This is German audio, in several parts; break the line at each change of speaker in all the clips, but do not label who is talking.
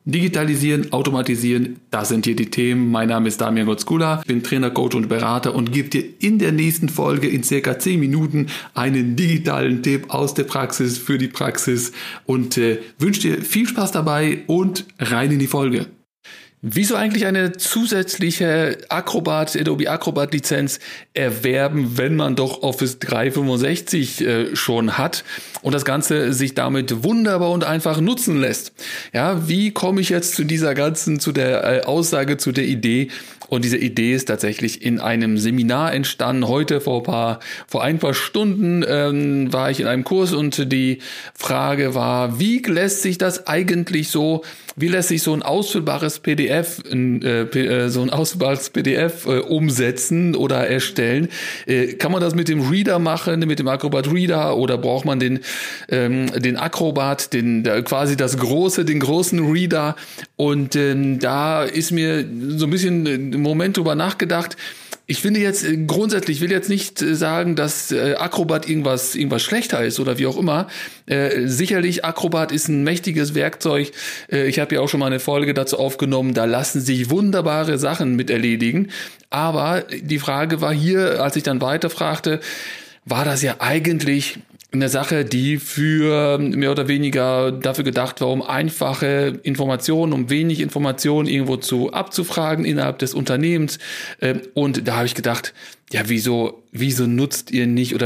Digitalisieren, automatisieren, das sind hier die Themen. Mein Name ist Damian Gotzkula, bin Trainer, Coach und Berater und gebe dir in der nächsten Folge in circa 10 Minuten einen digitalen Tipp aus der Praxis für die Praxis und wünsche dir viel Spaß dabei und rein in die Folge. Wieso eigentlich eine zusätzliche Adobe Acrobat Lizenz erwerben, wenn man doch Office 365 schon hat und das Ganze sich damit wunderbar und einfach nutzen lässt? Ja, wie komme ich jetzt zu der Aussage, zu der Idee? Und diese Idee ist tatsächlich in einem Seminar entstanden. Heute vor ein paar Stunden war ich in einem Kurs und die Frage war, wie lässt sich so ein ausfüllbares PDF umsetzen oder erstellen? Kann man das mit dem Reader machen, mit dem Acrobat Reader, oder braucht man den Acrobat, den großen Reader? Und da ist mir so ein bisschen einen Moment drüber nachgedacht. Ich will jetzt nicht sagen, dass Acrobat irgendwas schlechter ist oder wie auch immer. Sicherlich, Acrobat ist ein mächtiges Werkzeug. Ich habe ja auch schon mal eine Folge dazu aufgenommen. Da lassen sich wunderbare Sachen mit erledigen. Aber die Frage war hier, als ich dann weiterfragte, war das ja eigentlich eine Sache, die für mehr oder weniger dafür gedacht war, um einfache Informationen, um wenig Informationen irgendwo abzufragen innerhalb des Unternehmens. Und da habe ich gedacht, ja, wieso nutzt ihr nicht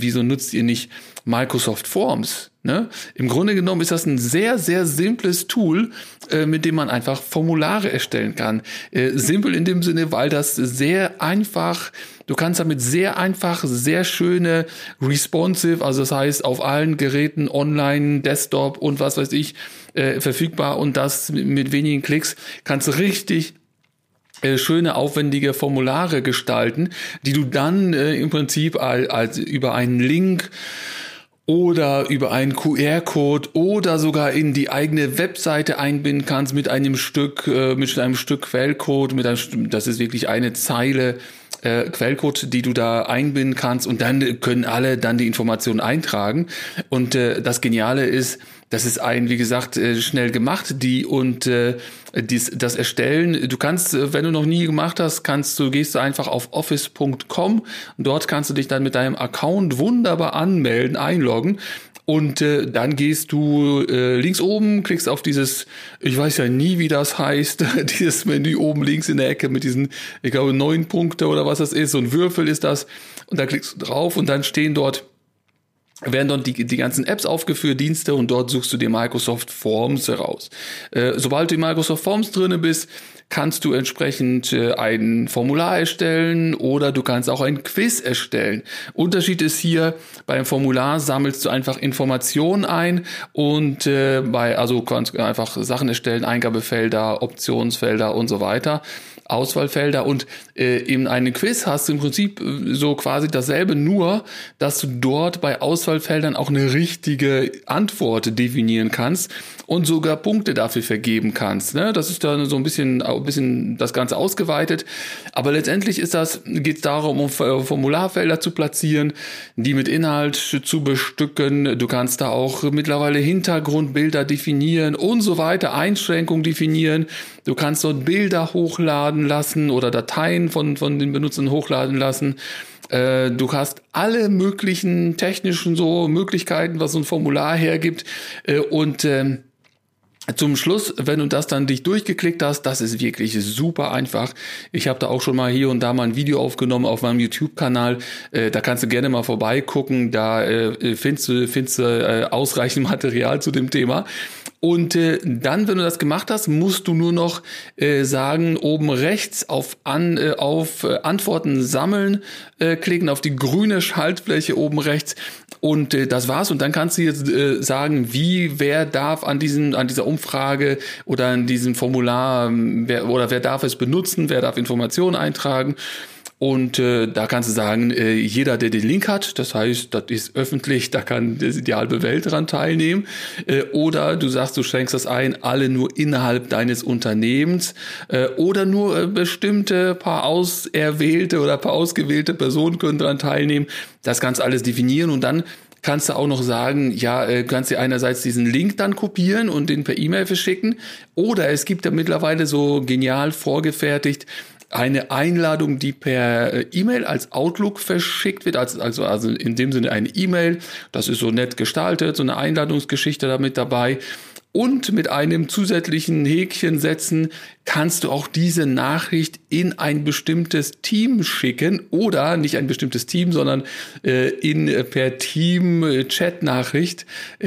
Microsoft Forms? Ne? Im Grunde genommen ist das ein sehr, sehr simples Tool, mit dem man einfach Formulare erstellen kann. Simpel in dem Sinne, weil das sehr einfach, du kannst damit sehr einfach, sehr schöne responsive, also das heißt auf allen Geräten, online, Desktop und was weiß ich, verfügbar, und das mit wenigen Klicks kannst du richtig schöne, aufwendige Formulare gestalten, die du dann im Prinzip als über einen Link oder über einen QR-Code oder sogar in die eigene Webseite einbinden kannst mit einem Stück Quellcode, das ist wirklich eine Zeile Quellcode, die du da einbinden kannst, und dann können alle dann die Informationen eintragen. Und das Geniale ist, das ist wie gesagt, schnell gemacht, das Erstellen. Du kannst, wenn du noch nie gemacht hast, gehst du einfach auf office.com und dort kannst du dich dann mit deinem Account wunderbar anmelden, einloggen. Und dann gehst du links oben, klickst auf dieses, ich weiß ja nie, wie das heißt, dieses Menü oben links in der Ecke mit diesen, ich glaube, 9 Punkte oder was das ist, so ein Würfel ist das. Und da klickst du drauf und dann werden dort die ganzen Apps aufgeführt, Dienste, und dort suchst du dir Microsoft Forms heraus. Sobald du in Microsoft Forms drinne bist, kannst du entsprechend ein Formular erstellen oder du kannst auch ein Quiz erstellen. Unterschied ist hier, beim Formular sammelst du einfach Informationen ein und kannst einfach Sachen erstellen, Eingabefelder, Optionsfelder und so weiter, Auswahlfelder, und in einem Quiz hast du im Prinzip so quasi dasselbe, nur dass du dort bei Auswahlfeldern auch eine richtige Antwort definieren kannst und sogar Punkte dafür vergeben kannst. Ne? Das ist dann so ein bisschen das Ganze ausgeweitet, aber letztendlich geht es darum, Formularfelder zu platzieren, die mit Inhalt zu bestücken. Du kannst da auch mittlerweile Hintergrundbilder definieren und so weiter, Einschränkungen definieren. Du kannst dort Bilder hochladen lassen oder Dateien von den Benutzern hochladen lassen. Du hast alle möglichen technischen Möglichkeiten, was so ein Formular hergibt. Und zum Schluss, wenn du das dann dich durchgeklickt hast, das ist wirklich super einfach. Ich habe da auch schon mal hier und da mal ein Video aufgenommen auf meinem YouTube-Kanal. Da kannst du gerne mal vorbeigucken. Da findest du ausreichend Material zu dem Thema. Und dann, wenn du das gemacht hast, musst du nur noch sagen, oben rechts auf Antworten sammeln klicken, auf die grüne Schaltfläche oben rechts, und das war's. Und dann kannst du jetzt sagen, wer darf an dieser Umfrage oder an diesem Formular, wer darf es benutzen, wer darf Informationen eintragen. Und da kannst du sagen, jeder, der den Link hat, das heißt, das ist öffentlich, da kann die halbe Welt daran teilnehmen. Oder du sagst, du schränkst das ein, alle nur innerhalb deines Unternehmens. Oder nur bestimmte paar auserwählte oder paar ausgewählte Personen können daran teilnehmen. Das kannst du alles definieren, und dann kannst du auch noch sagen, kannst dir einerseits diesen Link dann kopieren und den per E-Mail verschicken. Oder es gibt ja mittlerweile so genial vorgefertigt eine Einladung, die per E-Mail als Outlook verschickt wird, also in dem Sinne eine E-Mail, das ist so nett gestaltet, so eine Einladungsgeschichte damit dabei. Und mit einem zusätzlichen Häkchen setzen kannst du auch diese Nachricht in ein bestimmtes Team schicken oder nicht ein bestimmtes Team, sondern per Team-Chat-Nachricht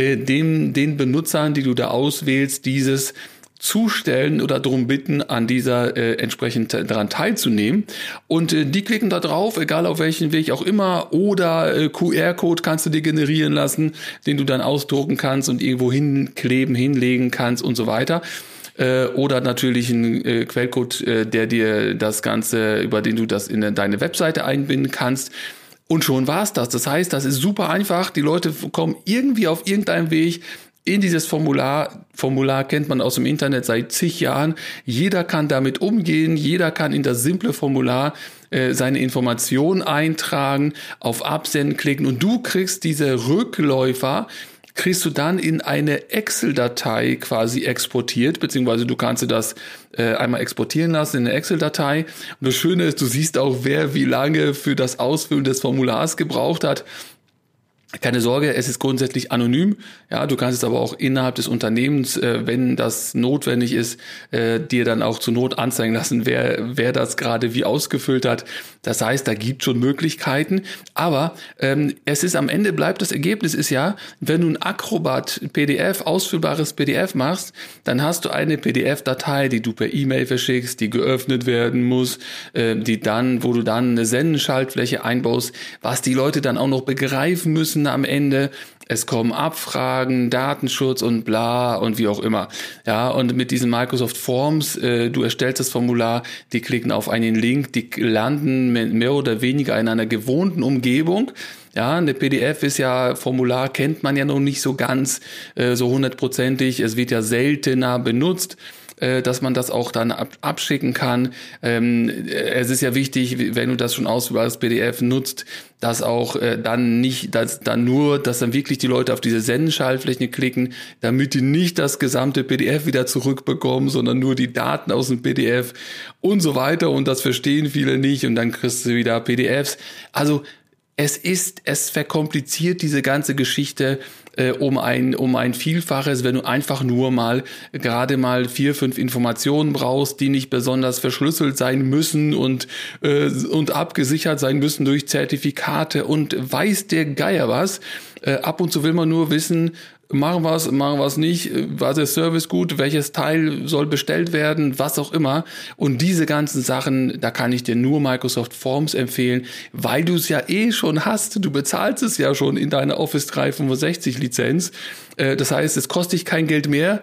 den Benutzern, die du da auswählst, dieses zustellen oder darum bitten, an dieser entsprechend daran teilzunehmen. Und die klicken da drauf, egal auf welchen Weg auch immer, oder QR-Code kannst du dir generieren lassen, den du dann ausdrucken kannst und irgendwo hinkleben, hinlegen kannst und so weiter. Oder natürlich ein Quellcode, der dir das Ganze, über den du das in deine Webseite einbinden kannst. Und schon war's das. Das heißt, das ist super einfach. Die Leute kommen irgendwie auf irgendeinem Weg in dieses Formular. Formular kennt man aus dem Internet seit zig Jahren. Jeder kann damit umgehen. Jeder kann in das simple Formular seine Informationen eintragen, auf Absenden klicken und du kriegst diese Rückläufer, kriegst du dann in eine Excel-Datei quasi exportiert, beziehungsweise du kannst dir das einmal exportieren lassen in eine Excel-Datei. Und das Schöne ist, du siehst auch, wer wie lange für das Ausfüllen des Formulars gebraucht hat. Keine Sorge, es ist grundsätzlich anonym. Ja, du kannst es aber auch innerhalb des Unternehmens, wenn das notwendig ist, dir dann auch zur Not anzeigen lassen, wer das gerade wie ausgefüllt hat. Das heißt, da gibt schon Möglichkeiten. Aber es ist am Ende bleibt das Ergebnis ist ja, wenn du ein Acrobat PDF, ausfüllbares PDF machst, dann hast du eine PDF-Datei, die du per E-Mail verschickst, die geöffnet werden muss, wo du dann eine Sendenschaltfläche einbaust, was die Leute dann auch noch begreifen müssen am Ende. Es kommen Abfragen, Datenschutz und bla und wie auch immer. Ja, und mit diesen Microsoft Forms, du erstellst das Formular, die klicken auf einen Link, die landen mehr oder weniger in einer gewohnten Umgebung. Ja, eine PDF ist ja, Formular kennt man ja noch nicht so ganz, so 100%. Es wird ja seltener benutzt, dass man das auch dann abschicken kann. Es ist ja wichtig, wenn du das schon als PDF nutzt, dass auch dann wirklich die Leute auf diese Sendenschaltfläche klicken, damit die nicht das gesamte PDF wieder zurückbekommen, sondern nur die Daten aus dem PDF und so weiter. Und das verstehen viele nicht und dann kriegst du wieder PDFs. Also es verkompliziert diese ganze Geschichte um ein Vielfaches, wenn du einfach nur gerade mal 4, 5 Informationen brauchst, die nicht besonders verschlüsselt sein müssen und abgesichert sein müssen durch Zertifikate und weiß der Geier was. Ab und zu will man nur wissen, machen wir es nicht, war der Service gut, welches Teil soll bestellt werden, was auch immer. Und diese ganzen Sachen, da kann ich dir nur Microsoft Forms empfehlen, weil du es ja schon hast. Du bezahlst es ja schon in deiner Office 365 Lizenz. Das heißt, es kostet dich kein Geld mehr.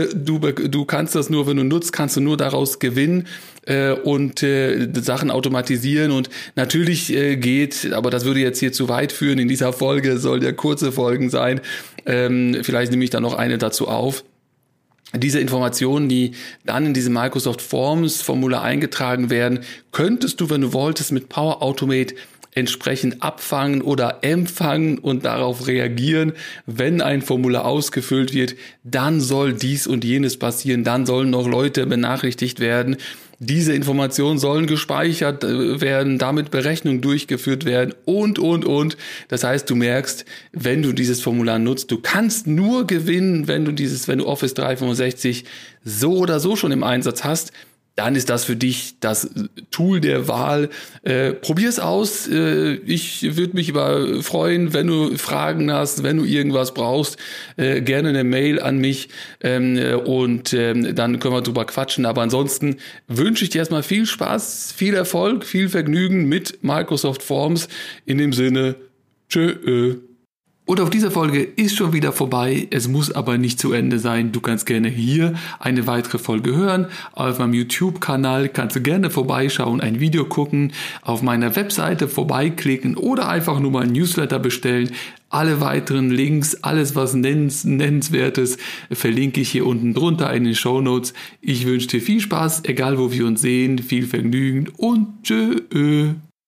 Du kannst das nur, wenn du nutzt, kannst du nur daraus gewinnen und Sachen automatisieren. Und natürlich geht, aber das würde jetzt hier zu weit führen. In dieser Folge soll ja kurze Folgen sein. Vielleicht nehme ich da noch eine dazu auf. Diese Informationen, die dann in diese Microsoft Forms Formular eingetragen werden, könntest du, wenn du wolltest, mit Power Automate entsprechend abfangen oder empfangen und darauf reagieren, wenn ein Formular ausgefüllt wird, dann soll dies und jenes passieren, dann sollen noch Leute benachrichtigt werden. Diese Informationen sollen gespeichert werden, damit Berechnungen durchgeführt werden und. Das heißt, du merkst, wenn du dieses Formular nutzt, du kannst nur gewinnen, wenn du Office 365 so oder so schon im Einsatz hast. Dann ist das für dich das Tool der Wahl. Probier's aus. Ich würde mich freuen, wenn du Fragen hast, wenn du irgendwas brauchst, gerne eine Mail an mich und dann können wir drüber quatschen. Aber ansonsten wünsche ich dir erstmal viel Spaß, viel Erfolg, viel Vergnügen mit Microsoft Forms. In dem Sinne, tschö. Und auf dieser Folge ist schon wieder vorbei, es muss aber nicht zu Ende sein. Du kannst gerne hier eine weitere Folge hören. Auf meinem YouTube-Kanal kannst du gerne vorbeischauen, ein Video gucken, auf meiner Webseite vorbeiklicken oder einfach nur mal ein Newsletter bestellen. Alle weiteren Links, alles was Nennenswertes, verlinke ich hier unten drunter in den Shownotes. Ich wünsche dir viel Spaß, egal wo wir uns sehen, viel Vergnügen und tschö.